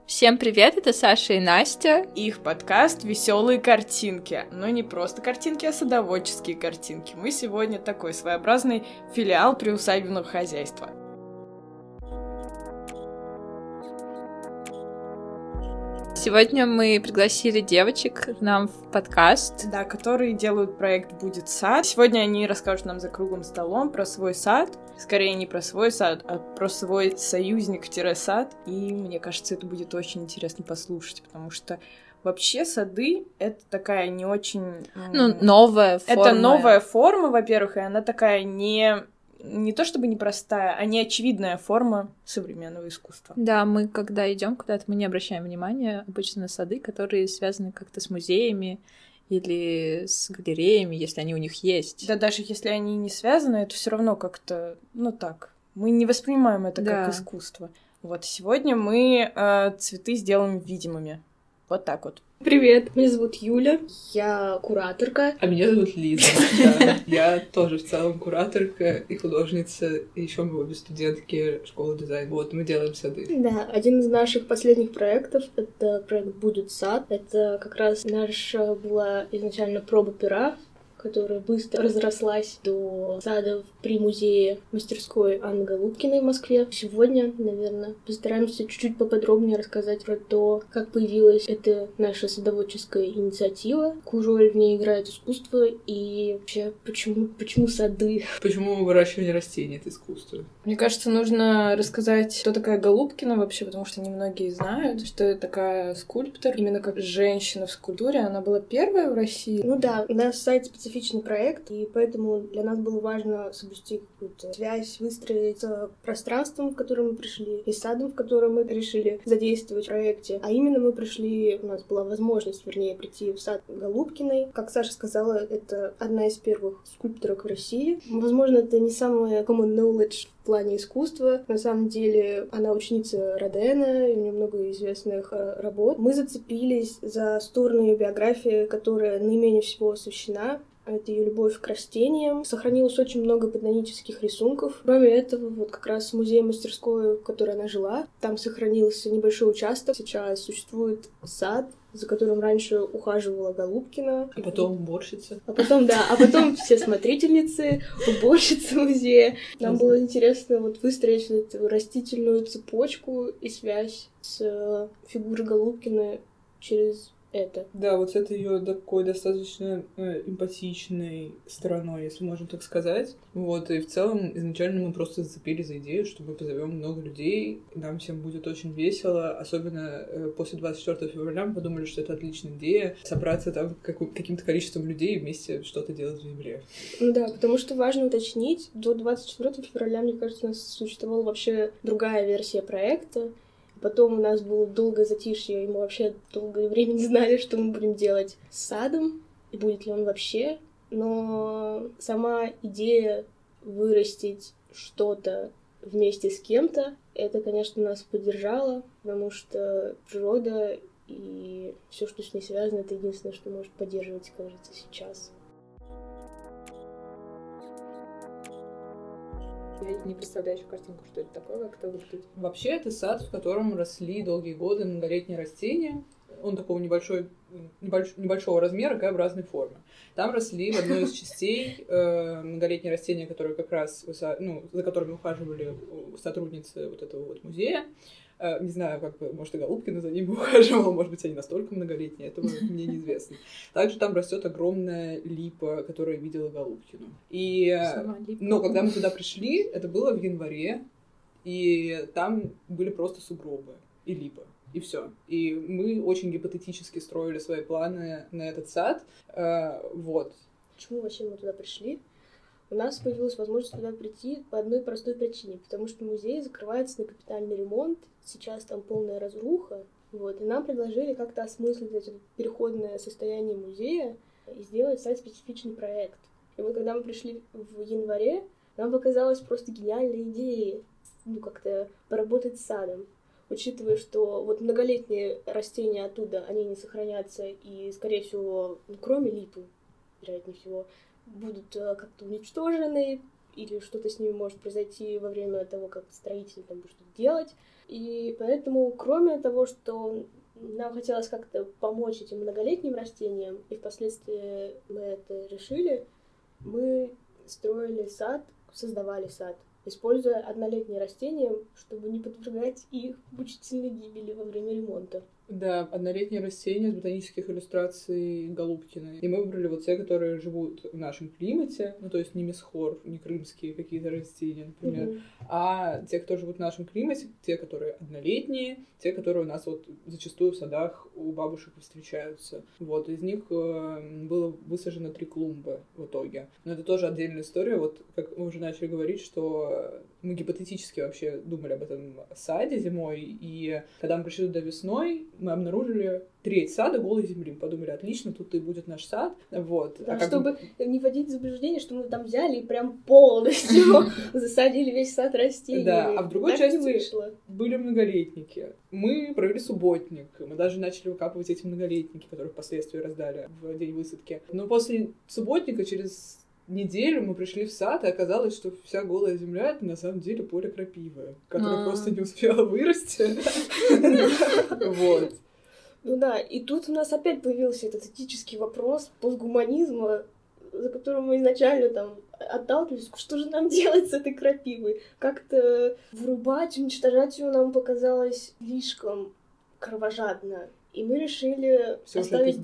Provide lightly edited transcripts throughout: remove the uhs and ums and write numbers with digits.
Всем привет, это Саша и Настя. Их подкаст «Веселые картинки». Но не просто картинки, а садоводческие картинки. Мы сегодня такой своеобразный филиал приусадебного хозяйства. Сегодня мы пригласили девочек к нам в подкаст. Да, которые делают проект «Будет сад». Сегодня они расскажут нам за круглым столом про свой сад. Скорее, не про свой сад, а про свой союзник-сад. И мне кажется, это будет очень интересно послушать, потому что вообще сады — это такая не очень... новая форма. Это новая форма, во-первых, и она такая не то чтобы непростая, а неочевидная форма современного искусства. Да, мы когда идем куда-то, мы не обращаем внимания обычно на сады, которые связаны как-то с музеями или с галереями, если они у них есть. Да, даже если они не связаны, это все равно как-то, так. Мы не воспринимаем это как искусство. Вот сегодня мы цветы сделаем видимыми. Вот так вот. Привет, меня зовут Юля, я кураторка. А меня зовут Лиза, да. Я тоже в целом кураторка и художница, и еще мы обе студентки школы дизайна. Вот, мы делаем сады. Да, один из наших последних проектов — это проект «Будет сад». Это как раз наша была изначально проба пера, которая быстро разрослась до садов при музее мастерской Анны Голубкиной в Москве. Сегодня, наверное, постараемся чуть-чуть поподробнее рассказать про то, как появилась эта наша садоводческая инициатива, какую роль в ней играет искусство и вообще почему сады. Почему выращивание растений — это искусство? Мне кажется, нужно рассказать, кто такая Голубкина вообще, потому что немногие знают, что это такая скульптор. Именно как женщина в скульптуре, она была первая в России. Ну да, у нас сайт специфичный проект, и поэтому для нас было важно соблюсти какую-то связь, выстроить с пространством, в которое мы пришли, и садом, в котором мы решили задействовать в проекте. А именно мы пришли, у нас была возможность, прийти в сад Голубкиной. Как Саша сказала, это одна из первых скульпторок в России. Возможно, это не самое common knowledge в плане искусства. На самом деле, она ученица Родена, и у нее много известных работ. Мы зацепились за сторону ее биографии, которая наименее всего освещена. Это ее любовь к растениям. Сохранилось очень много ботанических рисунков. Кроме этого, вот как раз в музее-мастерской, в которой она жила, там сохранился небольшой участок. Сейчас существует сад, за которым раньше ухаживала Голубкина. А потом уборщица. А потом все смотрительницы, уборщицы музея. Нам было интересно выстроить эту растительную цепочку и связь с фигурой Голубкиной через это. Да, вот с этой ее такой достаточно эмпатичной стороной, если можно так сказать. Вот, и в целом изначально мы просто зацепились за идею, что мы позовем много людей, и нам всем будет очень весело, особенно после 24 февраля мы подумали, что это отличная идея, собраться там каким-то количеством людей и вместе что-то делать в земле. Ну да, потому что важно уточнить, до 24 февраля, мне кажется, у нас существовала вообще другая версия проекта. Потом у нас было долгое затишье, и мы вообще долгое время не знали, что мы будем делать с садом, и будет ли он вообще. Но сама идея вырастить что-то вместе с кем-то, это, конечно, нас поддержало, потому что природа и все, что с ней связано, это единственное, что может поддерживать, кажется, сейчас. Я не представляю еще картинку, что это такое, как это выглядит. Вообще, это сад, в котором росли долгие годы многолетние растения. Он такого небольшого размера, Г-образной формы. Там росли в одной из частей многолетние растения, которые как раз, за которыми ухаживали сотрудницы вот этого вот музея. Не знаю, может, и Голубкина за ними ухаживала, может быть, они настолько многолетние, этого мне неизвестно. Также там растет огромная липа, которую я видела Голубкину. Но когда мы туда пришли, это было в январе, и там были просто сугробы и липа. И все. И мы очень гипотетически строили свои планы на этот сад. Вот. Почему вообще мы туда пришли? У нас появилась возможность туда прийти по одной простой причине, потому что музей закрывается на капитальный ремонт, сейчас там полная разруха, и нам предложили как-то осмыслить это переходное состояние музея и сделать сайт-специфичный проект. И вот когда мы пришли в январе, нам показалась просто гениальная идея как-то поработать с садом, учитывая, что вот многолетние растения оттуда, они не сохранятся, и, скорее всего, кроме липы, вероятнее всего, будут как-то уничтожены или что-то с ними может произойти во время того, как строитель там будет что-то делать. И поэтому, кроме того, что нам хотелось как-то помочь этим многолетним растениям, и впоследствии мы это решили, мы строили сад, создавали сад, используя однолетние растения, чтобы не подвергать их мучительной гибели во время ремонта. Да, однолетние растения с ботанических иллюстраций Голубкиной. И мы выбрали вот те, которые живут в нашем климате, ну, то есть не месхор, не крымские какие-то растения, например, а те, кто живут в нашем климате, те, которые однолетние, те, которые у нас вот зачастую в садах у бабушек встречаются. Вот, из них было высажено 3 клумбы в итоге. Но это тоже отдельная история, вот, как мы уже начали говорить, что мы гипотетически вообще думали об этом саде зимой, и когда мы пришли туда весной, мы обнаружили треть сада голой земли. Мы подумали, отлично, тут и будет наш сад. Вот. Да, чтобы не вводить в заблуждение, что мы там взяли и прям полностью засадили весь сад растений. Да, а в другой части были многолетники. Мы провели субботник. Мы даже начали выкапывать эти многолетники, которые впоследствии раздали в день высадки. Но после субботника, через неделю мы пришли в сад, и оказалось, что вся голая земля — это на самом деле поле крапивы, которое просто не успело вырасти. Вот. Ну да, и тут у нас опять появился этот этический вопрос постгуманизма, за которым мы изначально там отталкивались. Что же нам делать с этой крапивой? Как-то вырубать, уничтожать ее нам показалось слишком кровожадно. И мы решили оставить...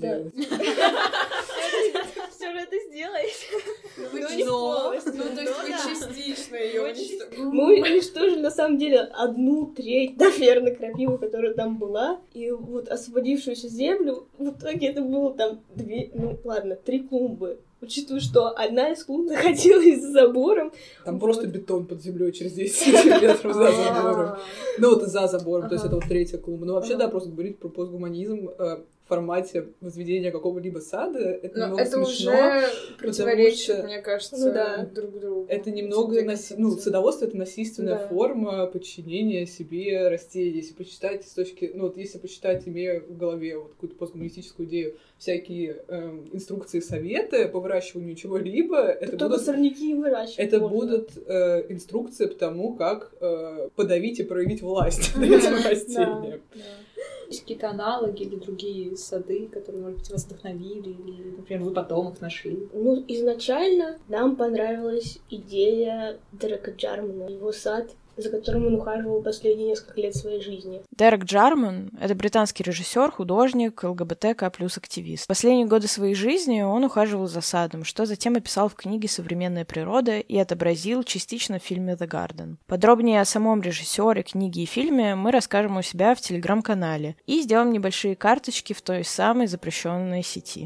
Все же это сделать. Ну, не полностью. Ну, то есть вы частично ее уничтожили. Мы уничтожили, на самом деле, 1/3, наверное, крапивы, которая там была. И вот освободившуюся землю, в итоге это было там 3 клумбы. Учитывая, что одна из клумб находилась за забором. Там просто бетон под землей через 10 сантиметров за забором. Ну, вот за забором, то есть это вот 3-я клумба. Ну, вообще, да, просто говорить про постгуманизм в формате возведения какого-либо сада, это немного это смешно. Уже противоречит, мне кажется, друг другу. Это немного... садоводство — это насильственная форма подчинения себе растений. Если почитать с точки... Ну, вот если почитать, имея в голове вот какую-то постгуманистическую идею, всякие инструкции, советы по выращиванию чего-либо, это будут... сорняки и выращивать это будут инструкции по тому, как подавить и проявить власть над этим растением. Есть какие-то аналоги или другие сады, которые, может быть, вас вдохновили, или, например, вы потом их нашли? Ну, изначально нам понравилась идея Дерека Джармана, его сад, за которым он ухаживал последние несколько лет своей жизни. Дерек Джарман — это британский режиссер, художник, ЛГБТК+ активист. В последние годы своей жизни он ухаживал за садом, что затем описал в книге «Современная природа» и отобразил частично в фильме «The Garden». Подробнее о самом режиссере, книге и фильме мы расскажем у себя в телеграм-канале и сделаем небольшие карточки в той самой запрещенной сети.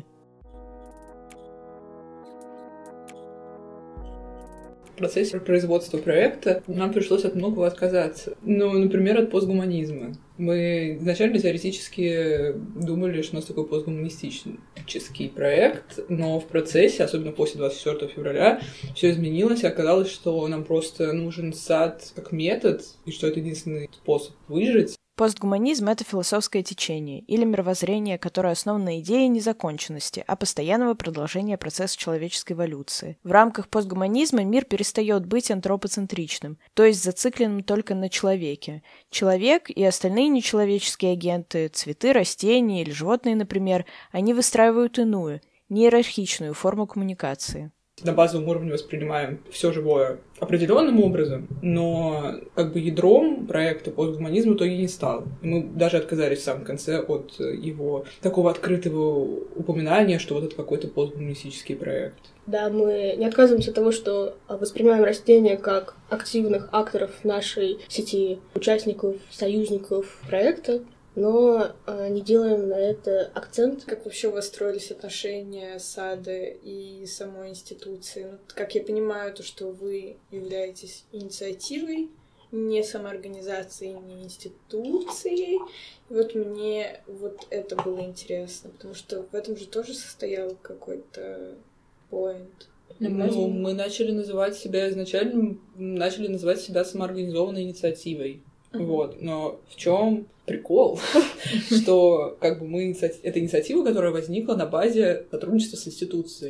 В процессе производства проекта нам пришлось от многого отказаться. Ну, например, от постгуманизма. Мы изначально теоретически думали, что у нас такой постгуманистический проект, но в процессе, особенно после 24 февраля, все изменилось, и оказалось, что нам просто нужен сад как метод, и что это единственный способ выжить. Постгуманизм — это философское течение или мировоззрение, которое основано на идее незаконченности, а постоянного продолжения процесса человеческой эволюции. В рамках постгуманизма мир перестает быть антропоцентричным, то есть зацикленным только на человеке. Человек и остальные нечеловеческие агенты, цветы, растения или животные, например, они выстраивают иную, неиерархичную форму коммуникации. На базовом уровне воспринимаем все живое определенным образом, но как бы ядром проекта постгуманизма в итоге не стал. Мы даже отказались в самом конце от его такого открытого упоминания, что вот это какой-то постгуманистический проект. Да, мы не отказываемся от того, что воспринимаем растения как активных акторов нашей сети, участников, союзников проекта, но не делаем на это акцент. Как вообще у вас строились отношения сада и самой институции? Ну, как я понимаю, то, что вы являетесь инициативой, не самоорганизацией, не институцией. И вот мне вот это было интересно, потому что в этом же тоже состоял какой-то поинт. Ну, мы начали называть себя изначально, самоорганизованной инициативой. Вот. Но в чем прикол? Что как бы это инициатива, которая возникла на базе сотрудничества с институцией.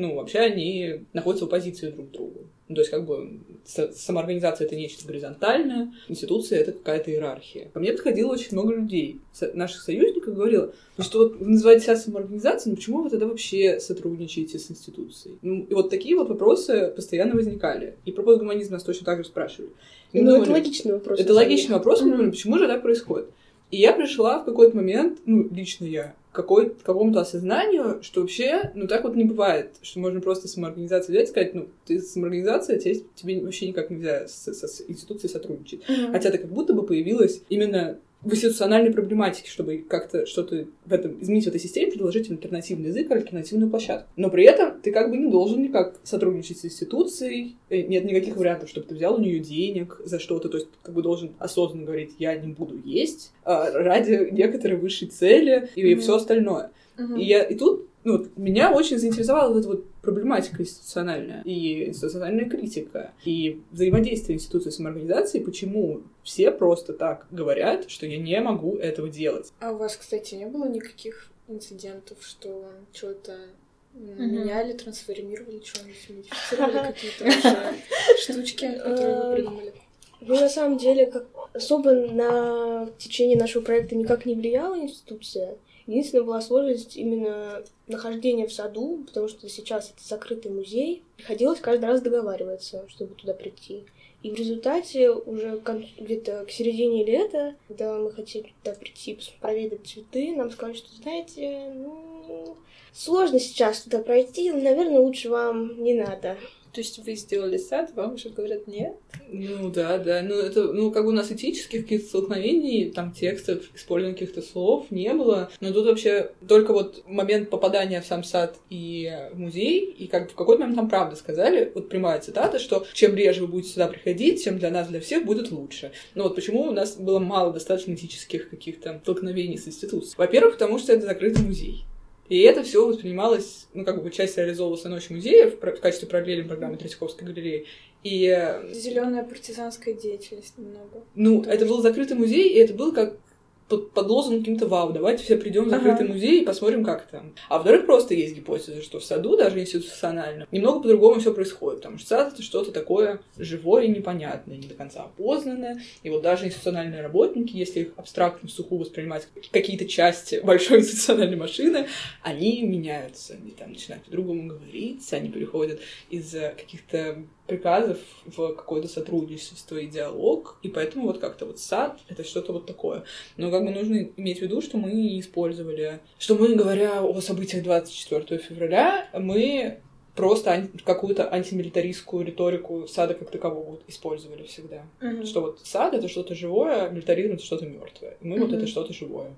Ну, вообще они находятся в оппозиции друг к другу. То есть, как бы, самоорганизация — это нечто горизонтальное, институция — это какая-то иерархия. Ко мне подходило очень много людей, наших союзников, говорило, ну что вот вы называете себя самоорганизацией, ну почему вы тогда вообще сотрудничаете с институцией? Ну, и вот такие вот вопросы постоянно возникали. И про постгуманизм нас точно так же спрашивали. Ну, это логичный вопрос. Это логичный вопрос, мы думали, почему же так происходит? И я пришла в какой-то момент, ну, лично я, к какому-то осознанию, что вообще, ну, так вот не бывает, что можно просто самоорганизацию взять и сказать, ну, ты самоорганизация, тебе вообще никак нельзя с институцией сотрудничать. Хотя это как будто бы появилось именно в институциональной проблематике, чтобы как-то что-то в этом изменить в этой системе, предложить альтернативный язык, альтернативную площадку. Но при этом ты как бы не должен никак сотрудничать с институцией, нет никаких вариантов, чтобы ты взял у нее денег за что-то, то есть как бы должен осознанно говорить, я не буду есть ради некоторой высшей цели и все остальное. И тут ну, меня очень заинтересовала вот эта вот проблематика институциональная и институциональная критика и взаимодействие институции и самоорганизации, почему все просто так говорят, что я не могу этого делать. А у вас, кстати, не было никаких инцидентов, что что-то меняли, трансформировали, что-нибудь модифицировали, какие-то ваши штучки, которые вы придумали? Ну, на самом деле, особо на течение нашего проекта никак не влияла институция. Единственная была сложность именно нахождения в саду, потому что сейчас это закрытый музей. Приходилось каждый раз договариваться, чтобы туда прийти. И в результате уже где-то к середине лета, когда мы хотели туда прийти, проведать цветы, нам сказали, что, знаете, ну, сложно сейчас туда пройти, наверное, лучше вам не надо. То есть вы сделали сад, вам уже говорят нет? Ну да. Ну это, ну как бы у нас этических каких-то столкновений, там текстов, использования каких-то слов не было. Но тут вообще только вот момент попадания в сам сад и в музей, и как в какой-то момент нам правда сказали, вот прямая цитата, что чем реже вы будете сюда приходить, тем для нас, для всех будет лучше. Но вот почему у нас было мало достаточно этических каких-то столкновений с институцией? Во-первых, потому что это закрытый музей. И это все воспринималось, ну, как бы часть реализовывалась на Ночи музея в качестве параллельной программы Третьяковской галереи. И зеленая партизанская деятельность немного. Ну, это был закрытый музей, и это был как под лозунгом каким-то «Вау, давайте все придем в закрытый музей и посмотрим, как там». А во-вторых, просто есть гипотеза, что в саду, даже институционально, немного по-другому все происходит, потому что сад — это что-то такое живое и непонятное, не до конца опознанное. И вот даже институциональные работники, если их абстрактно, сухо воспринимать какие-то части большой институциональной машины, они меняются, они там начинают по-другому говорить, они переходят из каких-то приказов в какое-то сотрудничество и диалог, и поэтому вот как-то вот сад — это что-то вот такое. Но как бы нужно иметь в виду, что мы не использовали, что мы, говоря о событиях 24 февраля, мы просто какую-то антимилитаристскую риторику сада как такового использовали всегда. Что вот сад — это что-то живое, а милитаризм — это что-то мертвое. И мы вот это что-то живое.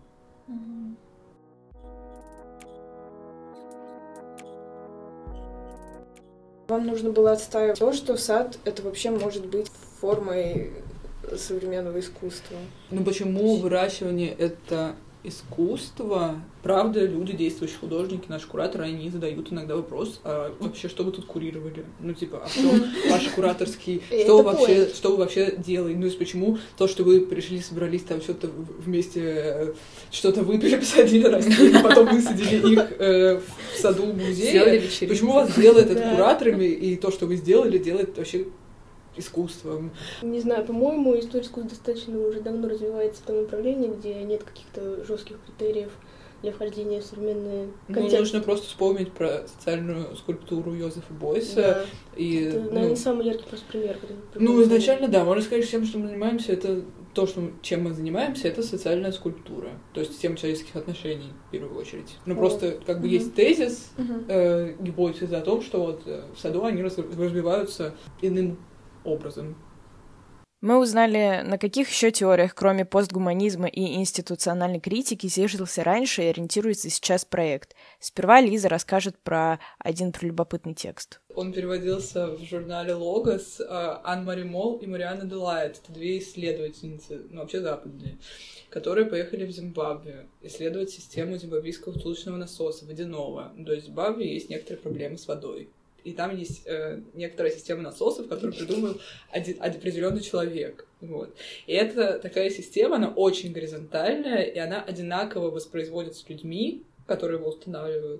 Вам нужно было отстаивать то, что сад — это вообще может быть формой современного искусства. Ну почему выращивание — это искусство? Правда, люди, действующие художники, наши кураторы, они задают иногда вопрос, а вообще, что вы тут курировали? Ну, типа, а в чем ваш кураторский... Что вы вообще делаете? Ну, то есть, почему то, что вы пришли, собрались там что-то вместе, что-то выпили, посадили растения, потом высадили их в саду музея? Почему вас делает это кураторами, и то, что вы сделали, делает вообще искусством? Не знаю, по-моему, история искусства достаточно уже давно развивается в том направлении, где нет каких-то жестких критериев для вхождения в современные контексты. Ну, нужно просто вспомнить про социальную скульптуру Йозефа Бойса. Да. И, это, наверное, самый яркий просто пример. Ну, изначально, да, можно сказать, всем, что мы занимаемся, это то, чем мы занимаемся, это социальная скульптура. То есть тема человеческих отношений, в первую очередь. Ну, просто как бы есть тезис, гипотеза о том, что вот в саду они развиваются иным образом. Мы узнали, на каких еще теориях, кроме постгуманизма и институциональной критики, зиждался раньше и ориентируется сейчас проект. Сперва Лиза расскажет про один прелюбопытный текст. Он переводился в журнале «Логос» Ан-Мари Мол и Марианна Делайт. Это две исследовательницы, ну, вообще западные, которые поехали в Зимбабве исследовать систему зимбабвийского втулочного насоса, водяного. То есть в Зимбабве есть некоторые проблемы с водой. И там есть некоторая система насосов, которую придумал определенный человек. Вот. И эта такая система, она очень горизонтальная, и она одинаково воспроизводится людьми, которые его устанавливают,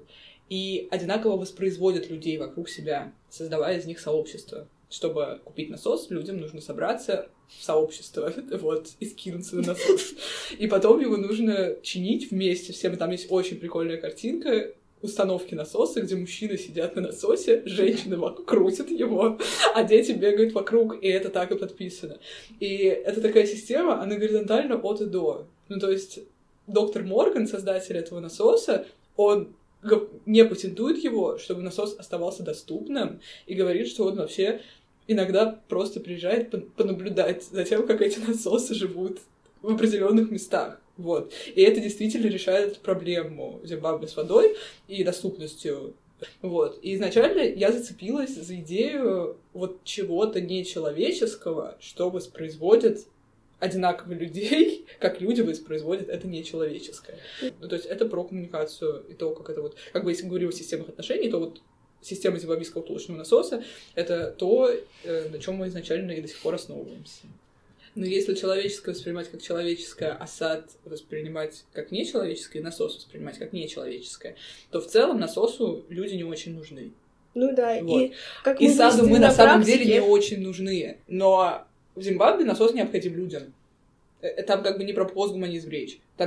и одинаково воспроизводят людей вокруг себя, создавая из них сообщество. Чтобы купить насос, людям нужно собраться в сообщество, вот, и скинуться на насос. И потом его нужно чинить вместе всем. И там есть очень прикольная картинка установки насоса, где мужчины сидят на насосе, женщины крутят его, а дети бегают вокруг, и это так и подписано. И это такая система, она горизонтально от и до. Ну, то есть доктор Морган, создатель этого насоса, он не патентует его, чтобы насос оставался доступным, и говорит, что он вообще иногда просто приезжает понаблюдать за тем, как эти насосы живут в определенных местах. Вот. И это действительно решает проблему Зимбабве с водой и доступностью. Вот. И изначально я зацепилась за идею вот чего-то нечеловеческого, что воспроизводит одинаково людей, как люди воспроизводят это нечеловеческое. Ну, то есть это про коммуникацию и то, как это вот... Как бы если мы говорим о системах отношений, то вот система зимбабвийского втулочного насоса — это то, на чем мы изначально и до сих пор основываемся. Но если человеческое воспринимать как человеческое, а сад воспринимать как нечеловеческое, и насос воспринимать как нечеловеческое, то в целом насосу люди не очень нужны. Ну да, вот. И саду мы на самом деле не очень нужны. Но в Зимбабве насос необходим людям. Там как бы не про постгуманизм речь. Там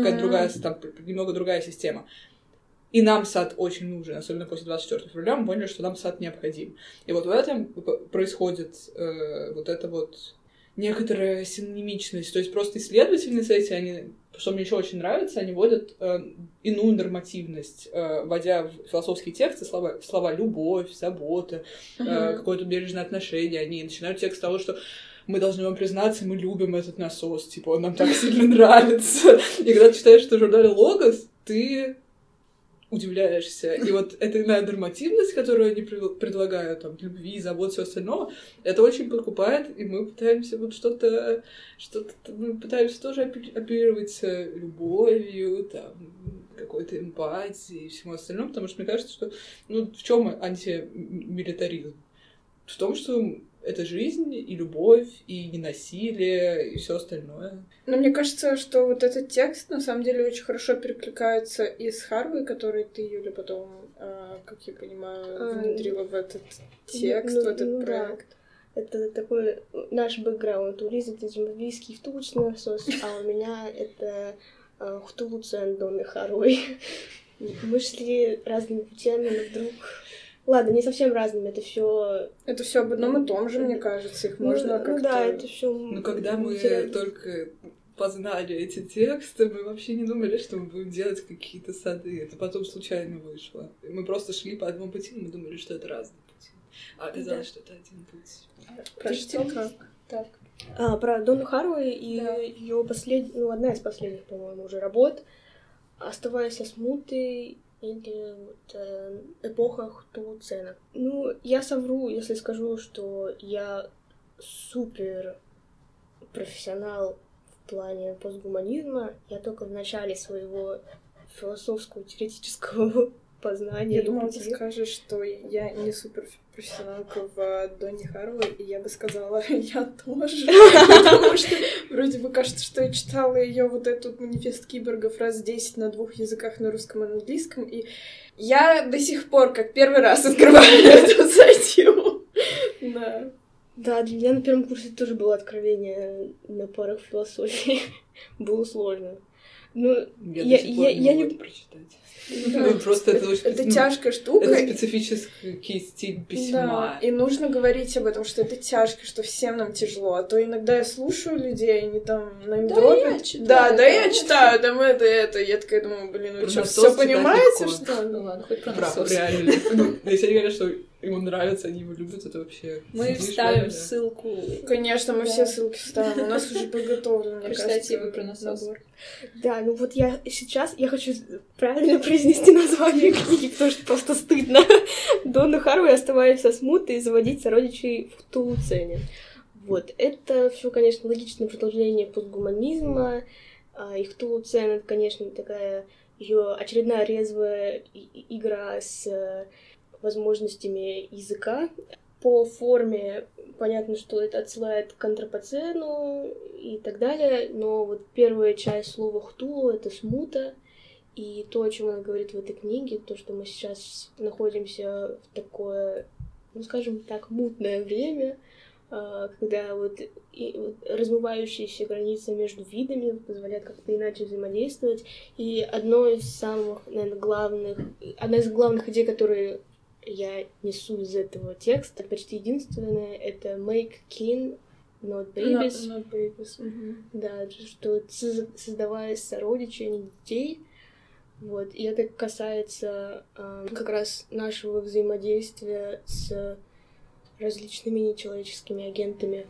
немного другая система. И нам сад очень нужен, особенно после 24 февраля мы поняли, что нам сад необходим. И вот в этом происходит вот эта вот некоторая синонимичность. То есть просто исследовательницы эти, они, что мне еще очень нравится, они вводят иную нормативность, вводя в философские тексты слова «любовь», «забота», какое-то бережное отношение. Они начинают текст с того, что мы должны вам признаться, мы любим этот насос, типа, он нам так сильно нравится. И когда ты читаешь это в журнале «Логос», ты удивляешься. И вот эта иная нормативность, которую они предлагают, там, любви, забот, всего остального, это очень подкупает, и мы пытаемся вот что-то мы пытаемся тоже оперировать любовью, там, какой-то эмпатией и всему остальному, потому что мне кажется, что, ну, в чем антимилитаризм? В том, что это жизнь, и любовь, и ненасилие, и все остальное. Но мне кажется, что вот этот текст, на самом деле, очень хорошо перекликается и с Харвой, который ты, Юля, потом, как я понимаю, внедрила в этот текст, в этот проект. Да. Это такой наш бэкграунд. У Лизы это зимбабвийский втулочный насос, а у меня это Хтулу-Цен Донны Харвой. Мы шли разными путями, но вдруг... Ладно, не совсем разными, это все. Это все об одном и том же, мне кажется, их можно как-то. Да, это все. Ну, когда мы только познали эти тексты, мы вообще не думали, что мы будем делать какие-то сады. Это потом случайно вышло. Мы просто шли по одному пути, мы думали, что это разные пути. А оказалось, что это один путь. Прости, как? Так. Про Донну Харвой и ее одна из последних, по-моему, уже работ, «Оставаясь со смутой», или вот эпоха Хтулу-Цена. Ну, я совру, если скажу, что я супер профессионал в плане постгуманизма. Я только в начале своего философского теоретического познания. Я думала, ты скажешь, что я не супер профессионалка в Донне Харвой, и я бы сказала, я тоже. Потому что вроде бы кажется, что я читала ее вот этот манифест киборгов раз 10 на 2 языках, на русском и на английском, и я до сих пор как первый раз открываю эту статью. Да, для меня на первом курсе тоже было откровение на парах философии. Было сложно. Ну, я не могу прочитать. Да. Просто это тяжкая штука. Это специфический стиль письма. Да, и нужно говорить об этом, что это тяжко, что всем нам тяжело. А то иногда я слушаю людей, они там наймдропят. Я читаю, там это. Я такая думаю, блин, вы что, все понимаете, что? Ну ладно, хоть про насос. Реально. Если они говорят, что ему нравится, они его любят, это вообще... Мы вставим ссылку. Конечно, мы все ссылки вставим. У нас уже подготовлен, мне кажется, про насос. Да, ну вот я хочу правильно произнести название книги, потому что просто стыдно. Донна Харвой, «Оставаясь со смутой», заводить сородичей в Хтулу-Цене. Вот, это все, конечно, логичное продолжение постгуманизма. И Хтулу-Цен — это, конечно, такая ее очередная резвая игра с возможностями языка. По форме понятно, что это отсылает к антропоцену и так далее, но вот первая часть слова «хтулу» — это смута, И то, о чем она говорит в этой книге, то, что мы сейчас находимся в такое, ну, скажем так, мутное время, когда вот размывающиеся границы между видами позволяют как-то иначе взаимодействовать. И одна из главных идей, которые я несу из этого текста, почти единственная, это make kin, not babies. Not babies. Да, что создавая сородичей, а не детей. Вот. И это касается как раз нашего взаимодействия с различными нечеловеческими агентами.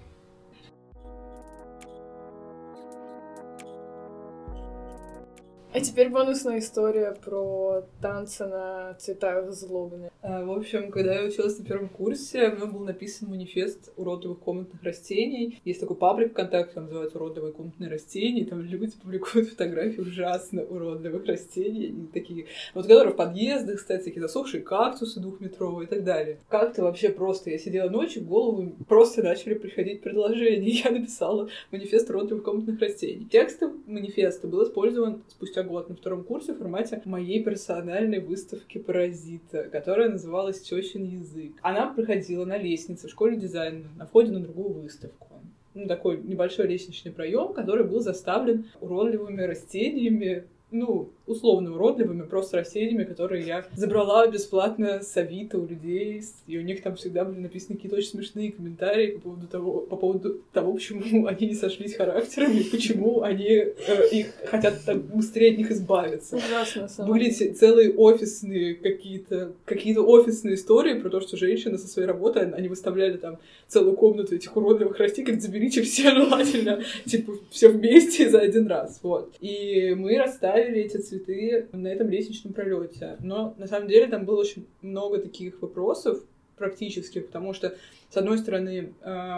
А теперь бонусная история про танцы на цветах злобы. В общем, когда я училась на первом курсе, у меня был написан манифест уродливых комнатных растений. Есть такой паблик ВКонтакте, он называется «Уродливые комнатные растения», и там люди публикуют фотографии ужасно уродливых растений, они такие, вот которые в подъездах стоят, всякие засохшие кактусы двухметровые и так далее. Как-то вообще просто, я сидела ночью, в голову просто начали приходить предложения, и я написала манифест уродливых комнатных растений. Текст манифеста был использован спустя год на втором курсе в формате моей персональной выставки «Паразита», которая называлась «Тёщин язык». Она проходила на лестнице в школе дизайна на входе на другую выставку. Ну, такой небольшой лестничный проем, который был заставлен уродливыми растениями, ну, условно уродливыми, просто растениями, которые я забрала бесплатно с Авито у людей, и у них там всегда были написаны какие-то очень смешные комментарии по поводу того, почему они не сошлись характерами, и почему они их хотят так быстрее от них избавиться. Ужасно, Были целые офисные какие-то офисные истории про то, что женщины со своей работы, они выставляли там целую комнату этих уродливых растений, говорят, заберите все желательно, типа, все вместе за один раз, вот. И мы расставили эти цветы на этом лестничном пролете. Но на самом деле там было очень много таких вопросов практических, потому что, с одной стороны,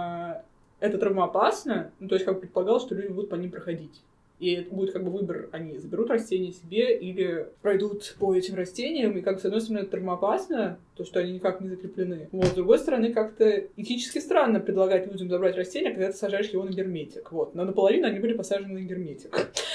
это травмоопасно, ну, то есть как предполагалось, что люди будут по ним проходить. И это будет как бы выбор, они заберут растения себе или пройдут по этим растениям, и как с одной стороны это травмоопасно, то, что они никак не закреплены. Вот, с другой стороны, как-то этически странно предлагать людям забрать растения, когда ты сажаешь его на герметик. Вот. Но наполовину они были посажены на герметик.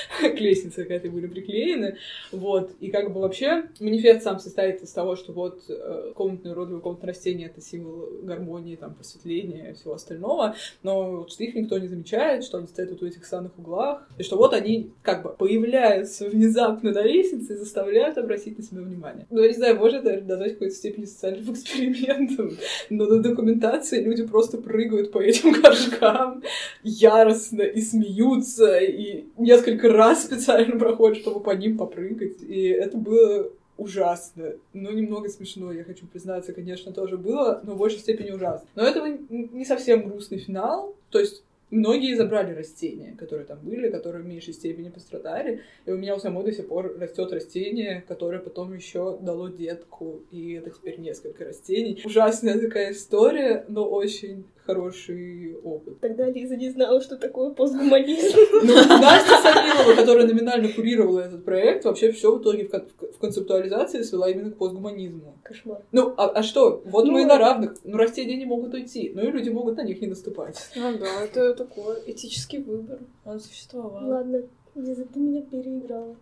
К лестнице к этой были приклеены. Вот. И как бы вообще манифест сам состоит из того, что вот комнатные уродливые комнатные растения — это символ гармонии, там, просветления и всего остального. Но вот, что их никто не замечает, что они стоят вот в этих самых углах, и что вот они как бы появляются внезапно на лестнице и заставляют обратить на себя внимание. Ну, я не знаю, может это назвать какой-то степени социальным экспериментом, но на документации люди просто прыгают по этим горшкам яростно и смеются, и несколько раз специально проходят, чтобы по ним попрыгать. И это было ужасно. Ну, немного смешно, я хочу признаться, конечно, тоже было, но в большей степени ужасно. Но это не совсем грустный финал. То есть многие забрали растения, которые там были, которые в меньшей степени пострадали. И у меня у самой до сих пор растет растение, которое потом еще дало детку. И это теперь несколько растений. Ужасная такая история, но очень хороший опыт. Тогда Лиза не знала, что такое постгуманизм. Ну, Настя Самилова, которая номинально курировала этот проект, вообще все в итоге в концептуализации свела именно к постгуманизму. Кошмар. Ну, а что? Вот мы на равных. Ну, растения не могут уйти, но и люди могут на них не наступать. Ну да, это такой этический выбор. Он существовал. Ладно, Лиза, ты меня переиграла.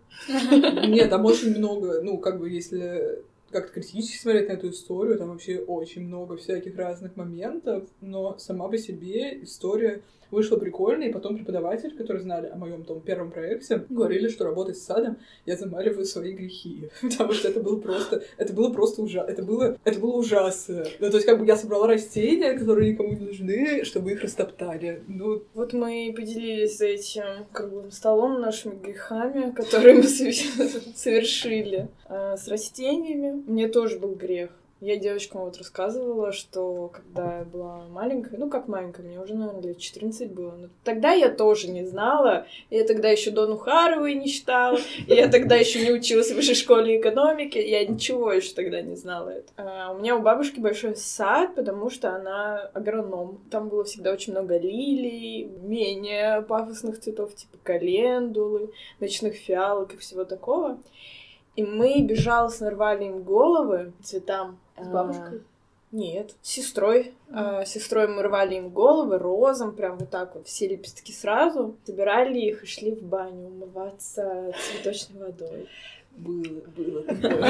Нет, там очень много, ну, как бы, если как-то критически смотреть на эту историю, там вообще очень много всяких разных моментов, но сама по себе история вышла прикольная, и потом преподаватель, который знали о моем том первом проекте, говорили, что работать с садом я замаливаю свои грехи, потому что это было просто ужасно, это было ужасно. Ну, то есть как бы я собрала растения, которые никому не нужны, чтобы их растоптали. Ну, вот мы поделились за этим круглым столом нашими грехами, которые мы совершили с растениями. Мне тоже был грех. Я девочкам вот рассказывала, что когда я была маленькая, ну как маленькая, мне уже, наверное, лет 14 было, но тогда я тоже не знала, я тогда еще Дону Харовой не читала, я тогда еще не училась в высшей школе экономики, я ничего еще тогда не знала это. У меня у бабушки большой сад, потому что она агроном. Там было всегда очень много лилий, менее пафосных цветов, типа календулы, ночных фиалок и всего такого. И мы безжалостно рвали им головы цветам. С бабушкой? Нет, с сестрой. С сестрой мы рвали им головы розам, прям вот так вот, все лепестки сразу. Собирали их и шли в баню умываться цветочной водой. Было.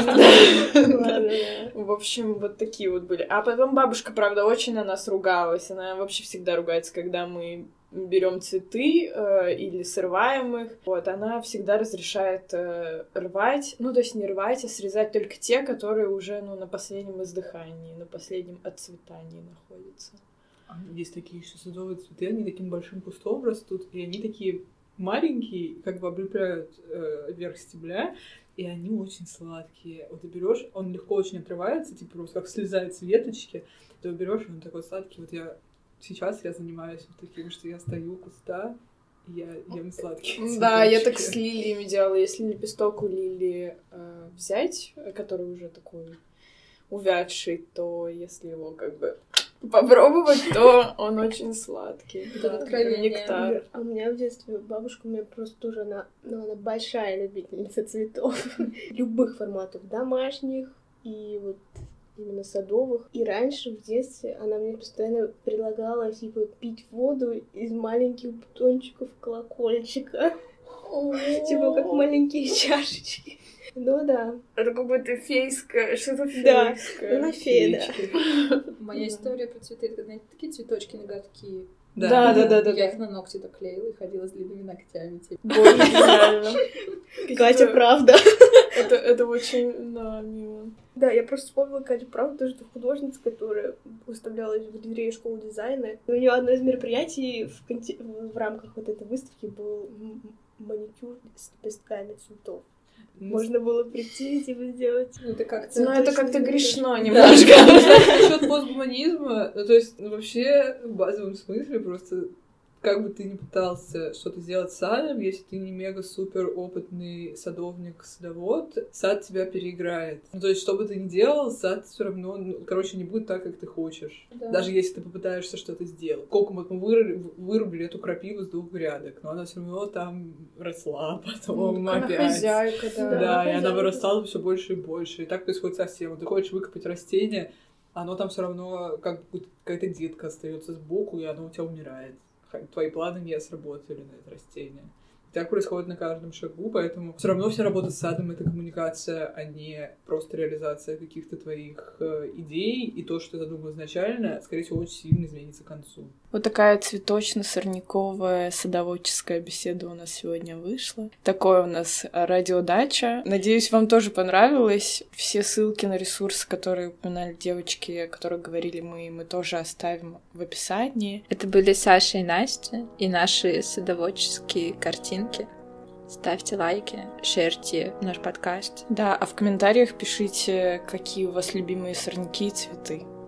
Ладно, В общем, вот такие вот были. А потом бабушка, правда, очень на нас ругалась. Она вообще всегда ругается, когда мы берем цветы или срываем их. Вот, она всегда разрешает рвать, ну, то есть не рвать, а срезать только те, которые уже, ну, на последнем издыхании, на последнем отцветании находятся. Есть такие еще садовые цветы, они таким большим кустом растут, и они такие маленькие, как бы облепляют верх стебля, и они очень сладкие. Вот ты берешь, он легко очень отрывается, типа просто как слезает с веточки, ты его берешь, и он такой сладкий. Вот сейчас я занимаюсь вот таким, что я стою у куста, и я ем сладкие цветочки. Да, я так с лилиями делала. Если лепесток у лилии взять, который уже такой увядший, то если его как бы попробовать, то он очень сладкий. Это откровение. Нектар. А у меня в детстве бабушка, у меня просто тоже, она большая любительница цветов. Любых форматов, домашних и вот именно садовых. И раньше, в детстве, она мне постоянно предлагала, типа, пить воду из маленьких бутончиков колокольчика. Типа, как маленькие чашечки. Ну да. Это какое-то фейское, что-то Да, фейское. она фея, да. Моя история про цветы, это, знаете, такие цветочки ноготки. Да. Я их на ногти доклеила и ходила с длинными ногтями. Типа. Боже, реально. Катя, правда. Это очень, да, мило. Да, я просто вспомнила Катю Правду, тоже художница, которая выставлялась в галерее школы дизайна. И у нее одно из мероприятий в рамках вот этой выставки был маникюр с лепестками цветов. Можно было прийти и типа сделать. Ну, это как-то... Ну, это как-то грешно Да, немножко. насчет постгуманизма, ну, то есть, ну, вообще, в базовом смысле, просто как бы ты ни пытался что-то сделать с садом, если ты не мега-супер опытный садовник-садовод, сад тебя переиграет. Ну, то есть, что бы ты ни делал, сад все равно, ну, короче, не будет так, как ты хочешь. Да. Даже если ты попытаешься что-то сделать. Сколько вот мы вырубили эту крапиву с 2 грядок, но она все равно там росла, потом Она опять. хозяйка, да. Да, и хозяйка. она вырастала все больше и больше. И так происходит со всем. Вот ты хочешь выкопать растение, оно там все равно как бы какая-то детка остается сбоку, и оно у тебя умирает. Твои планы не сработали на это растение. Так происходит на каждом шагу, поэтому все равно вся работа с садом — это коммуникация, а не просто реализация каких-то твоих идей, и то, что ты задумал изначально, скорее всего, очень сильно изменится к концу. Вот такая цветочно-сорняковая садоводческая беседа у нас сегодня вышла. Такое у нас радиодача. Надеюсь, вам тоже понравилось. Все ссылки на ресурсы, которые упоминали девочки, о которых говорили мы тоже оставим в описании. Это были Саша и Настя и наши садоводческие картинки. Ставьте лайки, шерьте наш подкаст. Да, а в комментариях пишите, какие у вас любимые сорняки и цветы.